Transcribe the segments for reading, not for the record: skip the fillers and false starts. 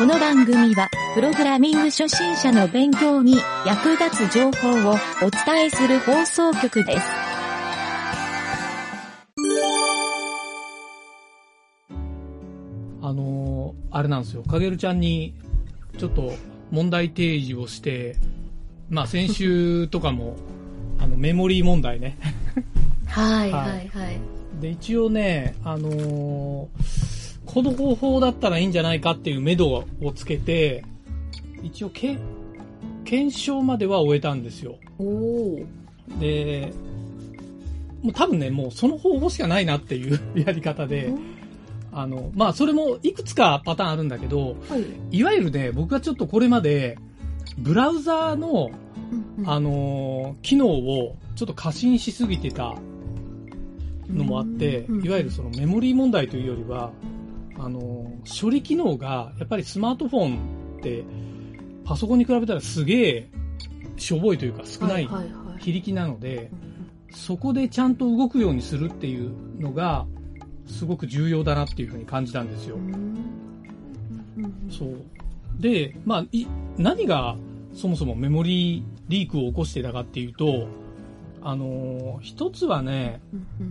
の番組は、プログラミング初心者の勉強に役立つ情報をお伝えする放送局です。 あれなんですよ。かげるちゃんに、ちょっと問題提示をして、まあ先週とかも、メモリー問題ね。 はいはいはい。 で、一応ね、この方法だったらいいんじゃないかっていう目処をつけて、一応検証までは終えたんですよ。で、もう多分ね、もうその方法しかないなっていうやり方で、まあそれもいくつかパターンあるんだけど、はい、いわゆるね、僕がちょっとこれまで、ブラウザーの、機能をちょっと過信しすぎてたのもあって、いわゆるそのメモリー問題というよりは、処理機能がやっぱりスマートフォンってパソコンに比べたらすげえしょぼいというか少ない非力なので、そこでちゃんと動くようにするっていうのがすごく重要だなっていうふうに感じたんですよ。そう。で、まあ、何がそもそもメモリーリークを起こしてたかっていうと、一つはね、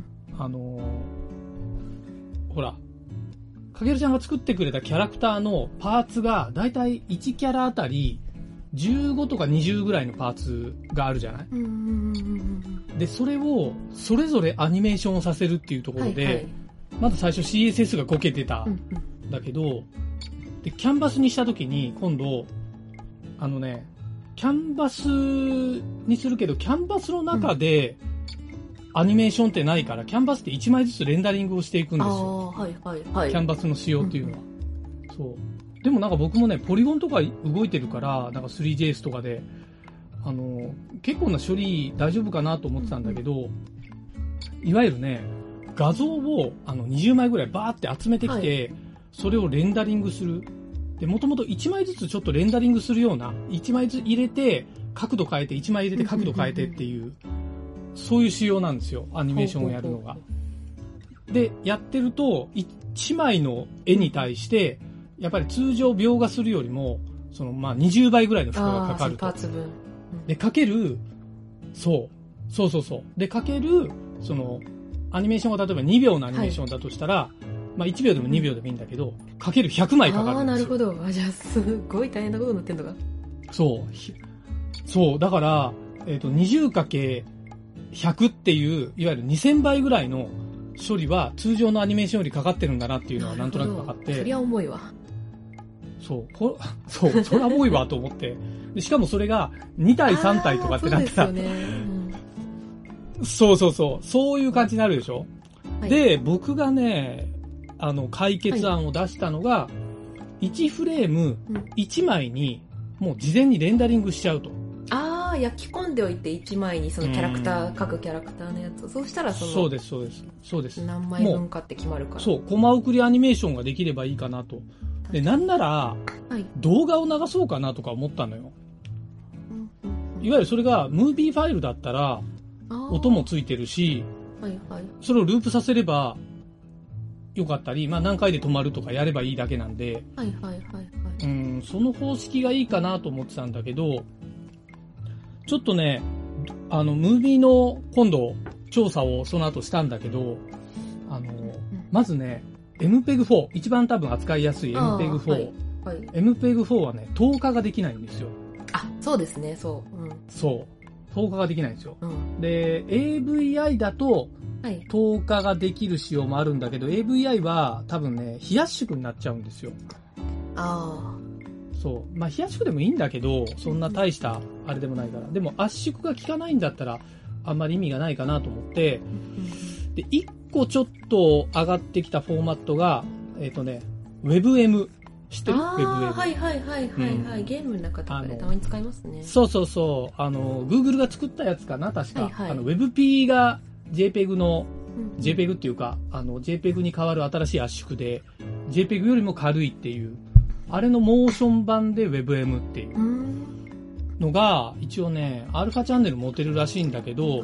ほら、かげるちゃんが作ってくれたキャラクターのパーツがだいたい1キャラあたり15とか20ぐらいのパーツがあるじゃない？で、それをそれぞれアニメーションをさせるっていうところで、はいはい、まず最初 CSS がこけてたんだけど、で、キャンバスにしたときに今度、キャンバスにするけど、キャンバスの中で、アニメーションってないから、キャンバスって1枚ずつレンダリングをしていくんですよ。はいはいはい。キャンバスの仕様っていうのは。そう。でもなんか僕もね、ポリゴンとか動いてるから、なんか 3JS とかで、結構な処理大丈夫かなと思ってたんだけど、いわゆるね、画像を20枚ぐらいバーって集めてきて、はい、それをレンダリングする。で、もともと1枚ずつちょっとレンダリングするような、1枚ずつ入れて、角度変えて、1枚入れて角度変えてっていう、そういう仕様なんですよ、アニメーションをやるのが。で、やってると、1枚の絵に対して、やっぱり通常描画するよりも、まあ、20倍ぐらいの負荷がかかると。パーツ分。で、かける、そう。で、かける、アニメーションが例えば2秒のアニメーションだとしたら、はい、まあ1秒でも2秒でもいいんだけど、かける100枚かかるんですよ。 なるほど。じゃあすごい大変なことになってんのか。 そう。だから、20×100 っていう、いわゆる2000倍ぐらいの処理は通常のアニメーションよりかかってるんだなっていうのはなんとなく分かって。 そりゃ重いわ。 そりゃ重いわと思って。でしかもそれが2体3体とかってなったら。そうですよね。そういう感じになるでしょ、はい、で、僕がね、解決案を出したのが、1フレーム1枚にもう事前にレンダリングしちゃうと。 焼き込んでおいて1枚にそのキャラクター、各キャラクターのやつを、そうしたらそうです。 何枚分かって決まるから。 そう、コマ送りアニメーションができればいいかなと。で、なんなら、動画を流そうかなとか思ったのよ。いわゆるそれがムービーファイルだったら、音もついてるし、それをループさせればよかったり、まあ何回で止まるとかやればいいだけなんで、その方式がいいかなと思ってたんだけど、ちょっとね、ムービーの今度調査をその後したんだけど、まずね、MPEG-4、一番多分扱いやすい MPEG-4。MPEG-4 はね、透過ができないんですよ。 そうですね、そう。 そう。透過ができないんですよ。で、AVI だと、透過ができる仕様もあるんだけど、AVI は多分ね、非圧縮になっちゃうんですよ。そう。まあ、非圧縮でもいいんだけど、そんな大したあれでもないから。でも圧縮が効かないんだったら、あんまり意味がないかなと思って、で、一個ちょっと上がってきたフォーマットが、WebM。知ってる？ WebM。 はい。ゲームの中とかでたまに使いますね。 そう。Google が作ったやつかな、確か。WebP が JPEG の、JPEG っていうか、JPEG に変わる新しい圧縮で、JPEG よりも軽いっていう、あれのモーション版で WebM っていうのが、一応ね、アルファチャンネル持てるらしいんだけど、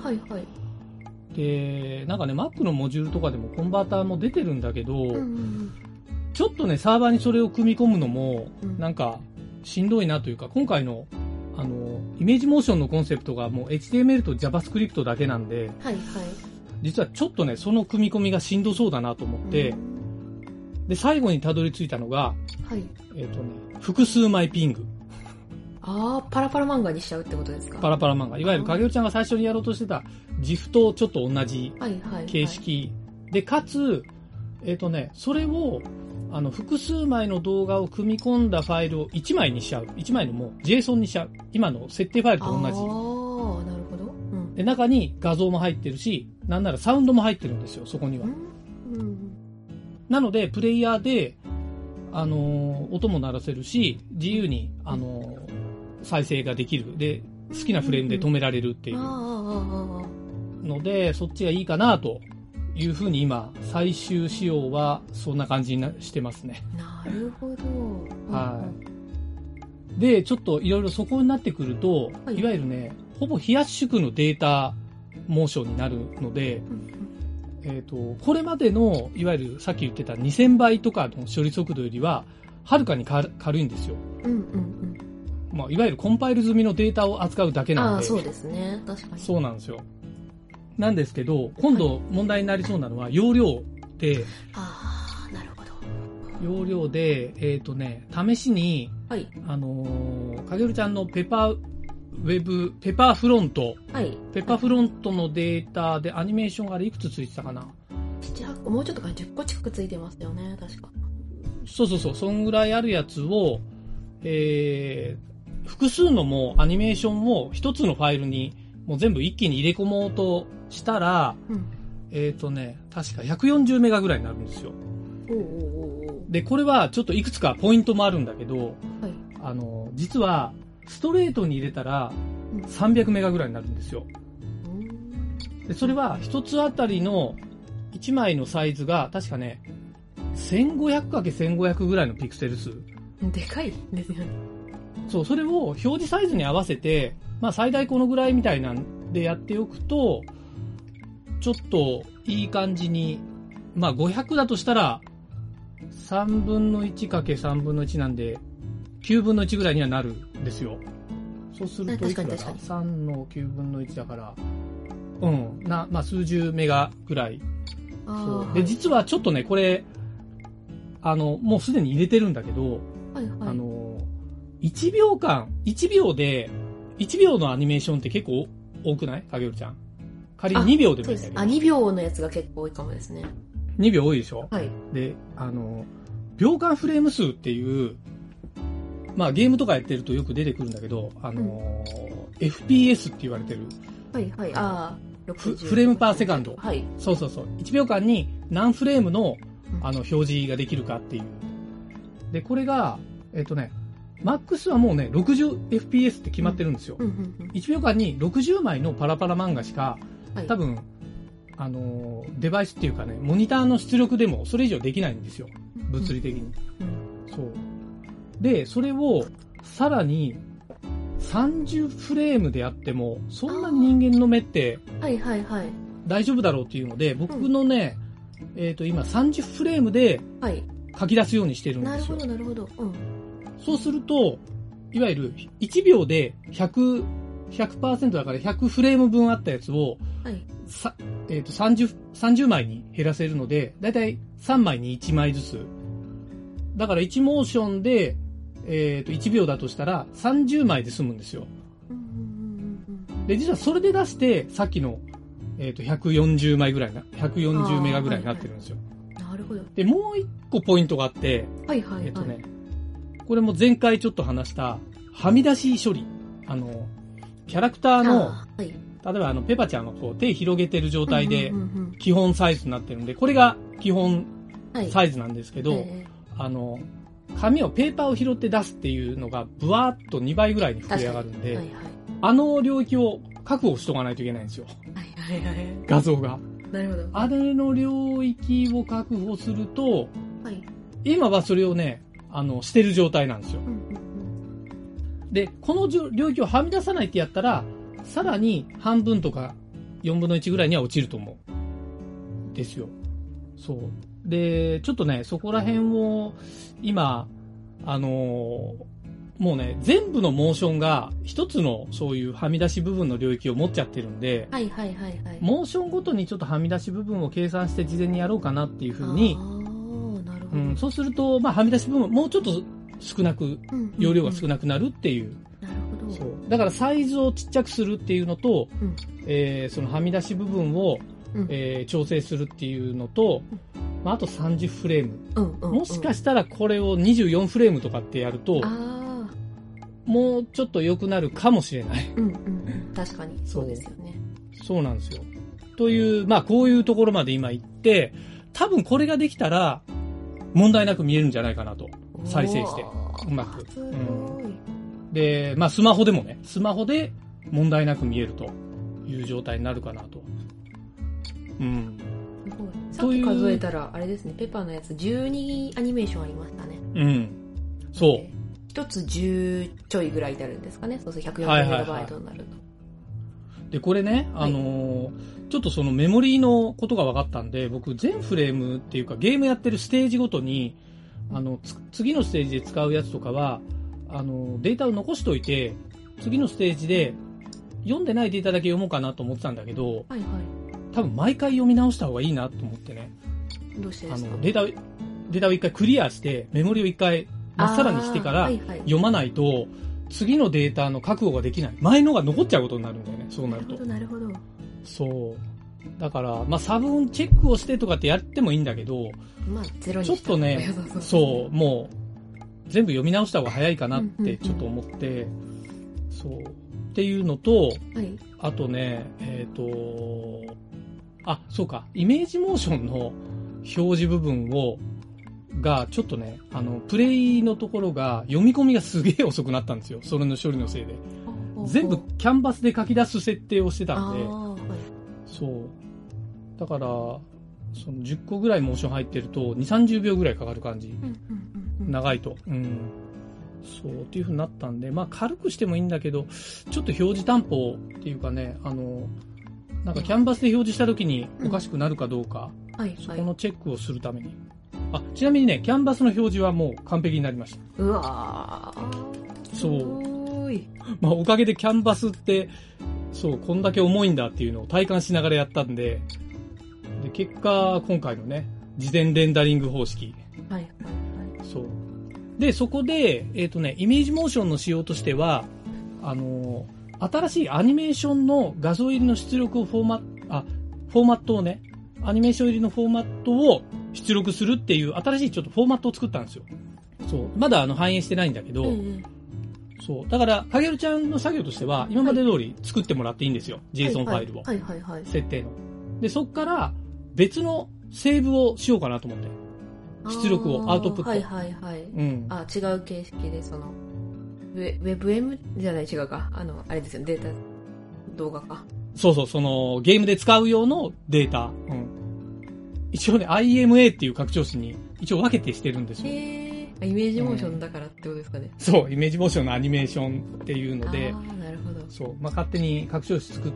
で、なんかね、Mac のモジュールとかでもコンバーターも出てるんだけど、 ちょっとね、サーバーにそれを組み込むのも、なんか、しんどいなというか、今回の、イメージモーションのコンセプトがもう HTML と JavaScript だけなんで、 はいはい。 実はちょっとね、その組み込みがしんどそうだなと思って、で、最後にたどり着いたのが、 はい。 複数枚ピング。 ああ、パラパラ漫画にしちゃうってことですか？ パラパラ漫画。いわゆる影尾ちゃんが最初にやろうとしてた GIF とちょっと同じ形式で、かつ、それを、複数枚の動画を組み込んだファイルを1枚にしちゃう。1枚のもう JSON にしちゃう。今の設定ファイルと同じ。 ああ、なるほど。うん、 で、中に画像も入ってるし、なんならサウンドも入ってるんですよ、そこには。なので、プレイヤーで、音も鳴らせるし、自由に、再生ができる。で、好きなフレームで止められるっていうので、そっちがいいかなというふうに今、最終仕様はそんな感じにしてますね。 なるほど。 はい。で、ちょっといろいろそこになってくると、いわゆるね、ほぼ非圧縮のデータモーションになるので、これまでの、いわゆるさっき言ってた2000倍とかの処理速度よりは、はるかに軽いんですよ。まあ、いわゆるコンパイル済みのデータを扱うだけなんで。 そうですね。確かに。 そうなんですよ。なんですけど、今度問題になりそうなのは、容量で、 なるほど。 容量で、試しに、 はい。 かげるちゃんのペパーフロント。 はい。 ペパーフロントのデータでアニメーションがあれいくつついてたかな？ 7、8個、もうちょっとから10個近くついてますよね、確か。 そう。そんぐらいあるやつを、複数のもうアニメーションを一つのファイルにもう全部一気に入れ込もうとしたら、確か140メガぐらいになるんですよ。で、これはちょっといくつかポイントもあるんだけど、実はストレートに入れたら300メガぐらいになるんですよ。で、それは一つあたりの1枚のサイズが確かね、1500×1500 ぐらいのピクセル数。 でかいですよね。 そう、それを表示サイズに合わせて、まあ最大このぐらいみたいなんでやっておくと、ちょっといい感じに、まあ500だとしたら、3分の 1×3 分の1なんで、9分の1ぐらいにはなるんですよ。そうするといくらだ ?3 の9分の1だから、まあ数十メガぐらい。そうで、実はちょっとね、これ、もうすでに入れてるんだけど、1秒のアニメーションって結構多くない？影織ちゃん。仮に2秒でもいいんだけど。 2秒のやつが結構多いかもですね。 2秒多いでしょ？ はい。 で、秒間フレーム数っていう、まあゲームとかやってるとよく出てくるんだけど、FPS って言われてる。 はいはい。 フレームパーセカンド。 はい。 そう。1秒間に何フレームの、表示ができるかっていう。で、これが、マックスはもうね、60fps って決まってるんですよ。1秒間に60枚のパラパラ漫画しか、多分、デバイスっていうかね、モニターの出力でもそれ以上できないんですよ。物理的に。そう。で、それを、さらに、30フレームでやっても、そんなに人間の目って、大丈夫だろうっていうので、僕のね、今30フレームで、書き出すようにしてるんですよ。 なるほど。 そうすると、いわゆる1秒で100% だから100フレーム分あったやつを、30枚に減らせるので、だいたい3枚に1枚ずつ。だから1モーションで、1秒だとしたら30枚で済むんですよ。で、実はそれで出して、さっきの、140枚ぐらい140メガぐらいになってるんですよ。 なるほど。 で、もう一個ポイントがあって、これも前回ちょっと話した、はみ出し処理。キャラクターの、例えばペパちゃんがこう手広げてる状態で、基本サイズになってるんで、これが基本サイズなんですけど、紙を、ペーパーを拾って出すっていうのが、ブワーッと2倍ぐらいに膨れ上がるんで、領域を確保しとかないといけないんですよ。画像が。 なるほど。 あれの領域を確保すると、今はそれをね、してる状態なんですよ。で、この領域をはみ出さないってやったら、さらに半分とか4分の1ぐらいには落ちると思う。ですよ。そう。 で、ちょっとね、そこら辺を、今、もうね、全部のモーションが一つのそういうはみ出し部分の領域を持っちゃってるんで、 はいはいはいはい。 モーションごとにちょっとはみ出し部分を計算して事前にやろうかなっていう風に、 なるほど。 そうすると、まあ、はみ出し部分もうちょっと少なく、容量が少なくなるっていう。 なるほど。 そう。だからサイズをちっちゃくするっていうのと、そのはみ出し部分を、調整するっていうのと、まあ、あと30フレーム。もしかしたらこれを24フレームとかってやると、もうちょっと良くなるかもしれない。 確かに、そうですよね。 そうなんですよ。という、まあこういうところまで今言って、多分これができたら、問題なく見えるんじゃないかなと。再生して。うまく。 すごい。 で、まあスマホでもね、スマホで問題なく見えるという状態になるかなと。 すごい。さっき数えたら、あれですね、ペパのやつ12アニメーションありましたね。 そう。 一つ10ちょいぐらいになるんですかね。そうすると140メガバイトになると。 で、これね、ちょっとそのメモリーのことが分かったんで、僕全フレームっていうかゲームやってるステージごとに、次のステージで使うやつとかは、データを残しといて、次のステージで読んでないデータだけ読もうかなと思ってたんだけど、多分毎回読み直した方がいいなと思ってね。 どうしてですか？ データを一回クリアして、メモリを一回まっさらにしてから読まないと、次のデータの確保ができない。前のが残っちゃうことになるんだよね、そうなると。 なるほど。 そう。だから、まあ、差分チェックをしてとかってやってもいいんだけど、 まあ、ゼロにちょっとね、そう、もう、全部読み直した方が早いかなってちょっと思って、そう。っていうのと、あとね、そうか、イメージモーションの表示部分が、ちょっとね、プレイのところが、読み込みがすげえ遅くなったんですよ。それの処理のせいで。全部キャンバスで書き出す設定をしてたんで、そう。だから、その10個ぐらいモーション入ってると、2、30秒ぐらいかかる感じ。長いと。そう、っていう風になったんで、まあ軽くしてもいいんだけど、ちょっと表示担保っていうかね、なんかキャンバスで表示した時におかしくなるかどうか、そこのチェックをするために。ちなみにね、キャンバスの表示はもう完璧になりました。 うわー。 そう。まあおかげでキャンバスって、そう、こんだけ重いんだっていうのを体感しながらやったんで、結果、今回のね、事前レンダリング方式。そう。で、そこで、イメージモーションの仕様としては、新しいアニメーションの画像入りの出力をフォーマットをね、アニメーション入りのフォーマットを出力するっていう新しいちょっとフォーマットを作ったんですよ。そう。まだ反映してないんだけど、そう。だから、かげるちゃんの作業としては、今まで通り作ってもらっていいんですよ。JSON ファイルを。設定の。で、そっから別のセーブをしようかなと思って。出力を、アウトプット。違う形式で、WebM じゃない、違うか。あれですよ、データ、動画か。 そう、ゲームで使う用のデータ。一応ね、IMA っていう拡張子に一応分けてしてるんですよ。 イメージモーションだからってことですかね。 そう、イメージモーションのアニメーションっていうので、 なるほど。 そう、まあ、勝手に拡張子作って、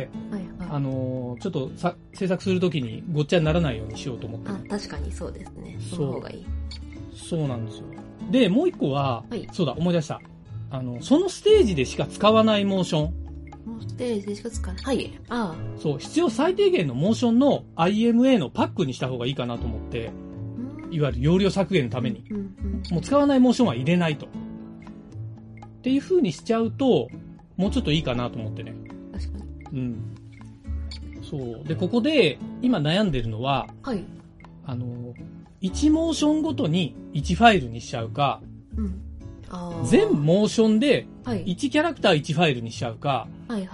ちょっと制作するときにごっちゃにならないようにしようと思って、ね。 確かにそうですね。その方がいい。 そうなんですよ。で、もう一個は、そうだ、思い出した。そのステージでしか使わないモーション。 ステージでしか使わない。 そう、必要最低限のモーションの IMA のパックにした方がいいかなと思って、いわゆる容量削減のために。もう使わないモーションは入れないと。っていう風にしちゃうと、もうちょっといいかなと思ってね。 確かに。 そう。で、ここで、今悩んでるのは、1モーションごとに1ファイルにしちゃうか、全モーションで1キャラクター1ファイルにしちゃうか、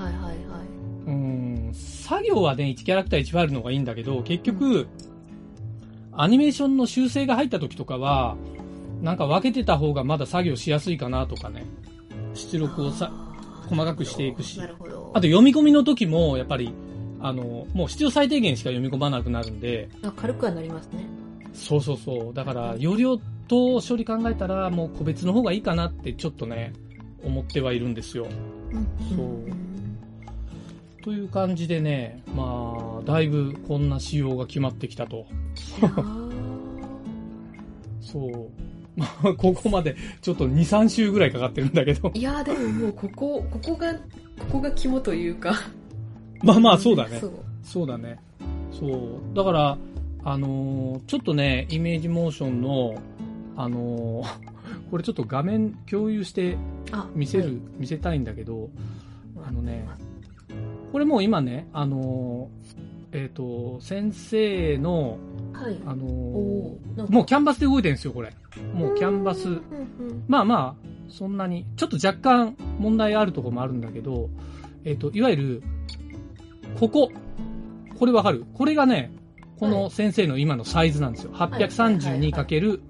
作業はね、1キャラクター1ファイルの方がいいんだけど、結局、アニメーションの修正が入った時とかは、なんか分けてた方がまだ作業しやすいかなとかね。出力を細かくしていくし。あと読み込みの時も、やっぱり、もう必要最低限しか読み込まなくなるんで。 軽くはなりますね。 そう。だから、容量と処理考えたら、もう個別の方がいいかなってちょっとね、思ってはいるんですよ。そう。という感じでね、まあ、だいぶこんな仕様が決まってきたと。 そう。まあ、ここまでちょっと2、3週ぐらいかかってるんだけど。 いやーでももうここが肝というか。 まあまあそうだね。そうだね。そう。だから、ちょっとね、イメージモーションの、これちょっと画面共有して見せたいんだけど、これもう今ね、先生の、 はい、 もうキャンバスで動いてるんですよ、これ。もうキャンバス。まあまあ、そんなに、ちょっと若干問題あるところもあるんだけど、いわゆる、これわかる？これがね、この先生の今のサイズなんですよ。832×1717 っていう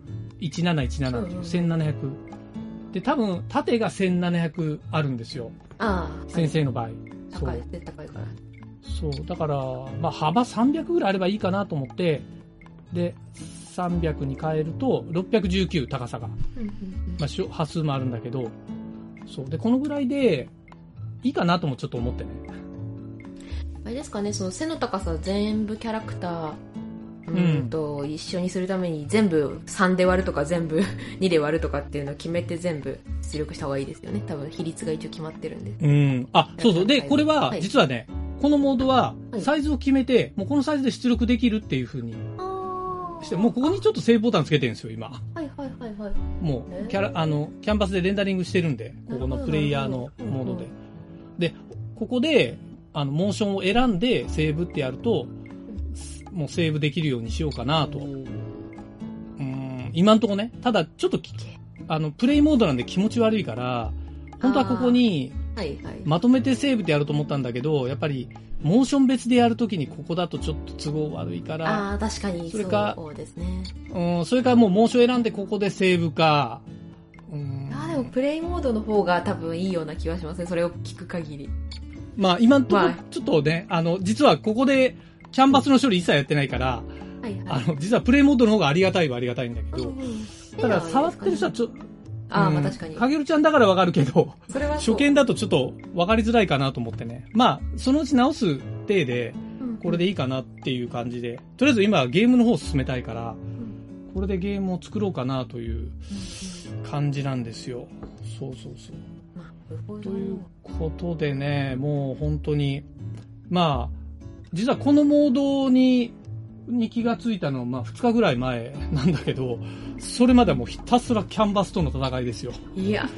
1700。で、多分、縦が1700あるんですよ。先生の場合。 高いから。 そう。だから、まあ、幅300ぐらいあればいいかなと思って、で、300に変えると、619高さが。まあ、波数もあるんだけど、そう。で、このぐらいで、いいかなともちょっと思ってね。 あれですかね、その背の高さ全部キャラクター、一緒にするために全部3で割るとか全部2で割るとかっていうのを決めて全部出力した方がいいですよね。多分比率が一応決まってるんで。 そうそう。で、これは、実はね、このモードは、サイズを決めて、もうこのサイズで出力できるっていう風にして、もうここにちょっとセーブボタンつけてるんですよ、今。もう、キャンバスでレンダリングしてるんで、ここのプレイヤーのモードで。で、ここで、モーションを選んでセーブってやると、もうセーブできるようにしようかなと。今んとこね、ただちょっと、プレイモードなんで気持ち悪いから、本当はここに、まとめてセーブってやると思ったんだけど、やっぱり、モーション別でやるときにここだとちょっと都合悪いから。 確かに、そうですね。 それからもうモーション選んでここでセーブか。 でもプレイモードの方が多分いいような気はしますね、それを聞く限り。 まあ今んとこちょっとね、実はここでキャンバスの処理一切やってないから、実はプレイモードの方がありがたいはありがたいんだけど、ただ触ってる人はまあ確かに。 かげるちゃんだからわかるけど、初見だとちょっとわかりづらいかなと思ってね。まあ、そのうち直す体で、これでいいかなっていう感じで、とりあえず今ゲームの方を進めたいから、これでゲームを作ろうかなという感じなんですよ。そう。ということでね、もう本当に、まあ、実はこのモードに気がついたのは、まあ2日ぐらい前なんだけど、それまではもうひたすらキャンバスとの戦いですよ。 いや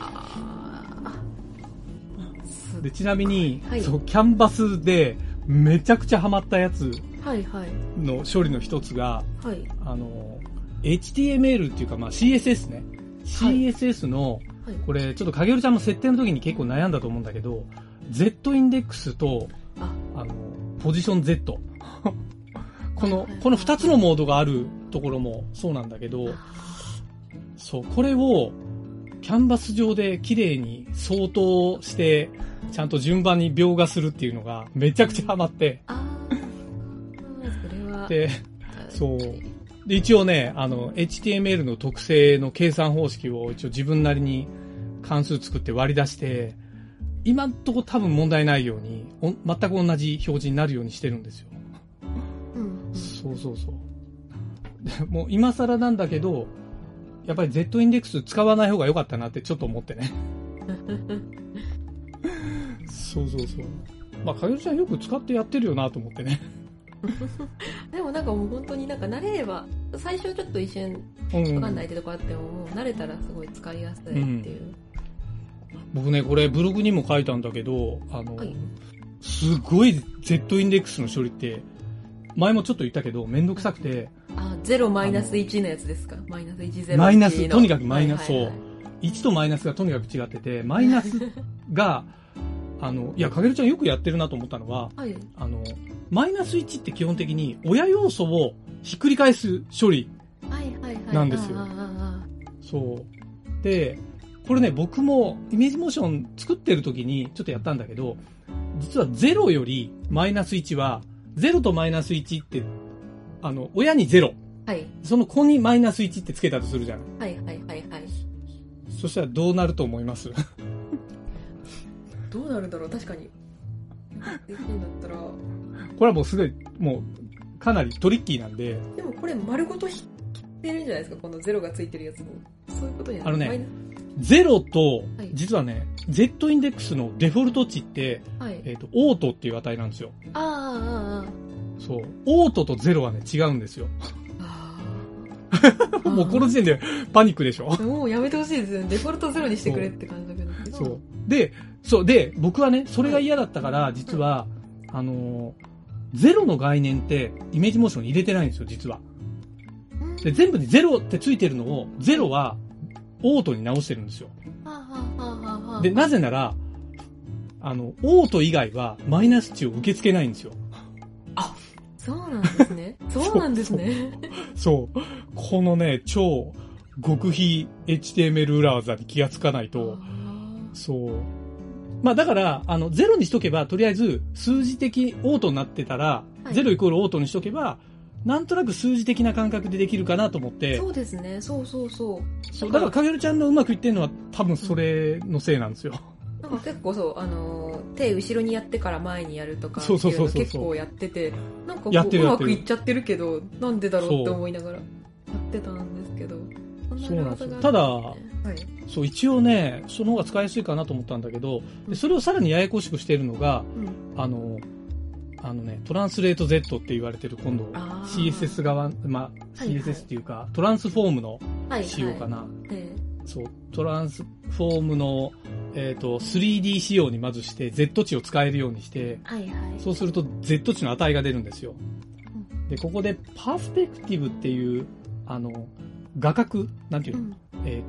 で、ちなみに、そう、キャンバスでめちゃくちゃハマったやつの処理の一つが、HTML っていうか、まあ CSS ね。CSS の、これちょっと影るちゃんも設定の時に結構悩んだと思うんだけど、Z インデックスと、ポジション Z。この二つのモードがあるところもそうなんだけど、そう、これをキャンバス上で綺麗に相当して、ちゃんと順番に描画するっていうのがめちゃくちゃハマって。 それは。 で、そう。で、一応ね、HTML の特性の計算方式を一応自分なりに関数作って割り出して、今んとこ多分問題ないように、全く同じ表示になるようにしてるんですよ。そう。もう今更なんだけど、やっぱり Z インデックス使わない方が良かったなってちょっと思ってね。そう。まあ、かげるちゃんよく使ってやってるよなと思ってね。 でもなんかもう本当になんか慣れれば、最初ちょっと一瞬わかんないってとこあっても、もう慣れたらすごい使いやすいっていう。 僕ね、これブログにも書いたんだけど、すごい Z インデックスの処理って、前もちょっと言ったけど、めんどくさくて。 0マイナス1のやつですか？マイナス1、0。 マイナス、とにかくマイナス、そう。1とマイナスがとにかく違ってて、マイナスが、いや、かげるちゃんよくやってるなと思ったのは、マイナス1って基本的に親要素をひっくり返す処理なんですよ。そう。で、これね、僕もイメージモーション作ってる時にちょっとやったんだけど、実は0よりマイナス1は、0とマイナス1って、親に0。その子にマイナス1ってつけたとするじゃない。そしたらどうなると思います？ どうなるんだろう、確かに。できるんだったら。これはもうすごい、もう、かなりトリッキーなんで。 でもこれ丸ごとてるんじゃないですか、このゼロがついてるやつも。そういうことになる。 ゼロと、実はね、Z インデックスのデフォルト値って、オートっていう値なんですよ。そう。オートとゼロはね、違うんですよ。もうこの時点でパニックでしょ。 もうやめてほしいですよね。デフォルトゼロにしてくれって感じだけど。 そう。で、僕はね、それが嫌だったから、実は、ゼロの概念ってイメージモーションに入れてないんですよ、実は。で、全部にゼロってついてるのを、ゼロはオートに直してるんですよ。で、なぜなら、オート以外はマイナス値を受け付けないんですよ。 あ、そうなんですね。そうなんですね。 そう。このね、超極秘 HTML 裏技に気がつかないと、そう。まあだから、ゼロにしとけば、とりあえず数字的オートになってたら、ゼロイコールオートにしとけば、なんとなく数字的な感覚でできるかなと思って。 そうですね。そう。 だから、かげるちゃんのうまくいってるのは多分それのせいなんですよ。 なんか結構そう、手後ろにやってから前にやるとかっていうの結構やってて、なんかこううまくいっちゃってるけど、なんでだろうって思いながらやってたんですけど。 そうなんですよ。ただ、そう、一応ね、その方が使いやすいかなと思ったんだけど、それをさらにややこしくしているのが、トランスレート Z って言われてる今度 CSS 側、CSS っていうか、トランスフォームの仕様かな。そう、トランスフォームの、3D 仕様にまずして Z 値を使えるようにして、そうすると Z 値の値が出るんですよ。で、ここでパースペクティブっていう、画角、なんていうの、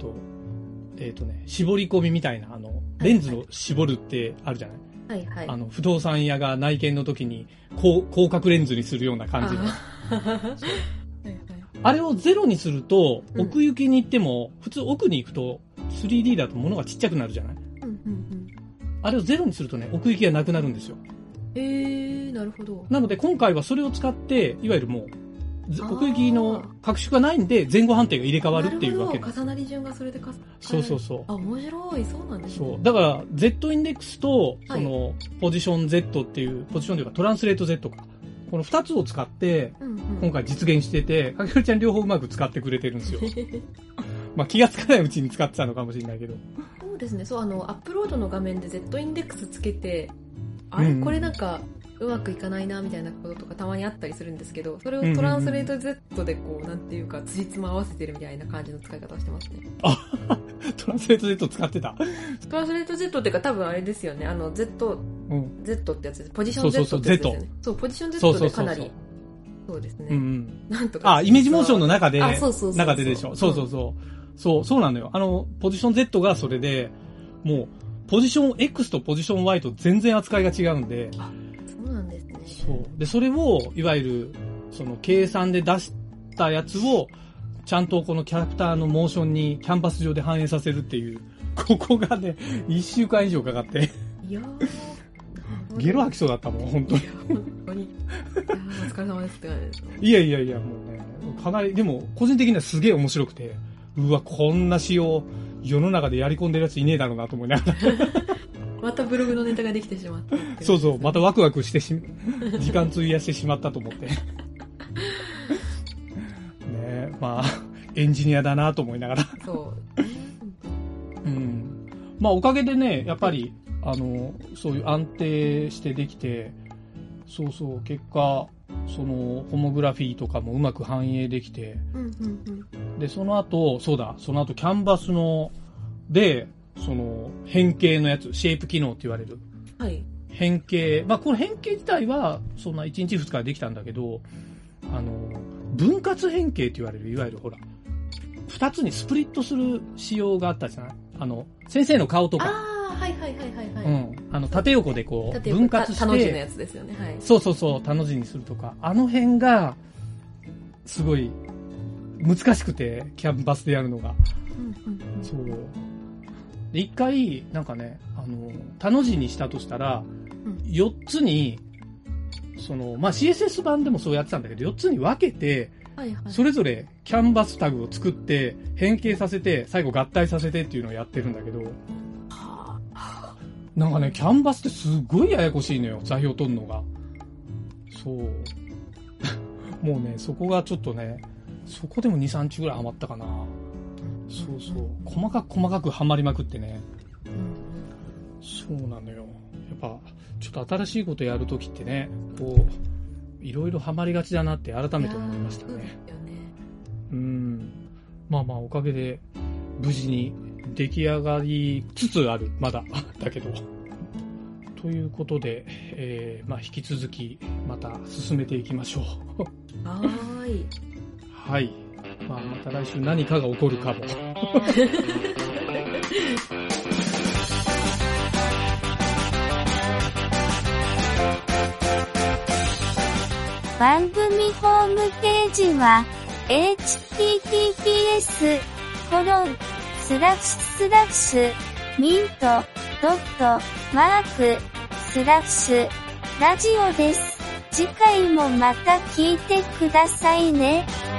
絞り込みみたいな、レンズを絞るってあるじゃない。不動産屋が内見の時に広角レンズにするような感じの。あれをゼロにすると、奥行きに行っても、普通奥に行くと 3D だと物がちっちゃくなるじゃない。あれをゼロにするとね、奥行きがなくなるんですよ。 なるほど。 なので今回はそれを使って、いわゆるもう、奥行きの拡縮がないんで、前後判定が入れ替わるっていうわけなんです。 重なり順がそれでそう。 面白い。そうなんですね。 そう。だから、Z インデックスと、ポジション Z っていう、ポジションというか、トランスレート Z か。この二つを使って、今回実現してて、かけるちゃん両方うまく使ってくれてるんですよ。まあ気がつかないうちに使ってたのかもしれないけど。 そうですね。そう、アップロードの画面で Z インデックスつけて、これなんか、うまくいかないなみたいなこととかたまにあったりするんですけど、それをトランスレート Z でこう、なんていうか、辻褄合わせてるみたいな感じの使い方をしてますね。 トランスレート Z 使ってた。 トランスレート Z っていうか多分あれですよね、Z ってやつです。ポジション Z ってやつですよね。そう、ポジション Z でかなり、そうですね。なんとか。 イメージモーションの中で、 中ででしょ。そうなのよ。ポジション Z がそれで、もう、ポジション X とポジション Y と全然扱いが違うんで、 そうなんですね。 そう。で、それを、いわゆる、その、計算で出したやつを、ちゃんとこのキャラクターのモーションにキャンバス上で反映させるっていう、ここがね、1週間以上かかって。 いやー。 ゲロ吐きそうだったもん、本当に。 本当に。お疲れ様ですって感じですね。 いや、もうね、かなり、でも、個人的にはすげえ面白くて、うわ、こんな仕様、世の中でやり込んでるやついねえだろうなと思いながら。 またブログのネタができてしまった。 そう、またワクワクして時間費やしてしまったと思って。ねえ、まあ、エンジニアだなと思いながら。 そう。 まあ、おかげでね、やっぱり、そういう安定してできて、結果、その、ホモグラフィーとかもうまく反映できて、で、その後、キャンバスで、その、変形のやつ、シェイプ機能って言われる。変形。まあ、この変形自体は、そんな1日2日でできたんだけど、分割変形って言われる、いわゆるほら、2つにスプリットする仕様があったじゃない？先生の顔とか。縦横でこう、分割して。 タの字のやつですよね。 そう、タの字にするとか。あの辺が、すごい、難しくて、キャンバスでやるのが。そう。で、一回、なんかね、タの字にしたとしたら、4つに、CSS 版でもそうやってたんだけど、4つに分けて、それぞれキャンバスタグを作って、変形させて、最後合体させてっていうのをやってるんだけど、なんかね、キャンバスってすごいややこしいのよ、座標取るのが。そう。もうね、そこがちょっとね、 そこでも2、3日ぐらいハマったかな。そうそう。細かくハマりまくってね。そうなのよ。やっぱ、ちょっと新しいことやるときってね、こう、いろいろハマりがちだなって改めて思いましたね。まあまあ、おかげで、無事に出来上がりつつある。まだ。だけど。ということで、まあ、引き続き、また進めていきましょう。はい。まあ、また来週何かが起こるかも。 番組ホームページは https://mint.mark/ラジオです。次回もまた聞いてくださいね。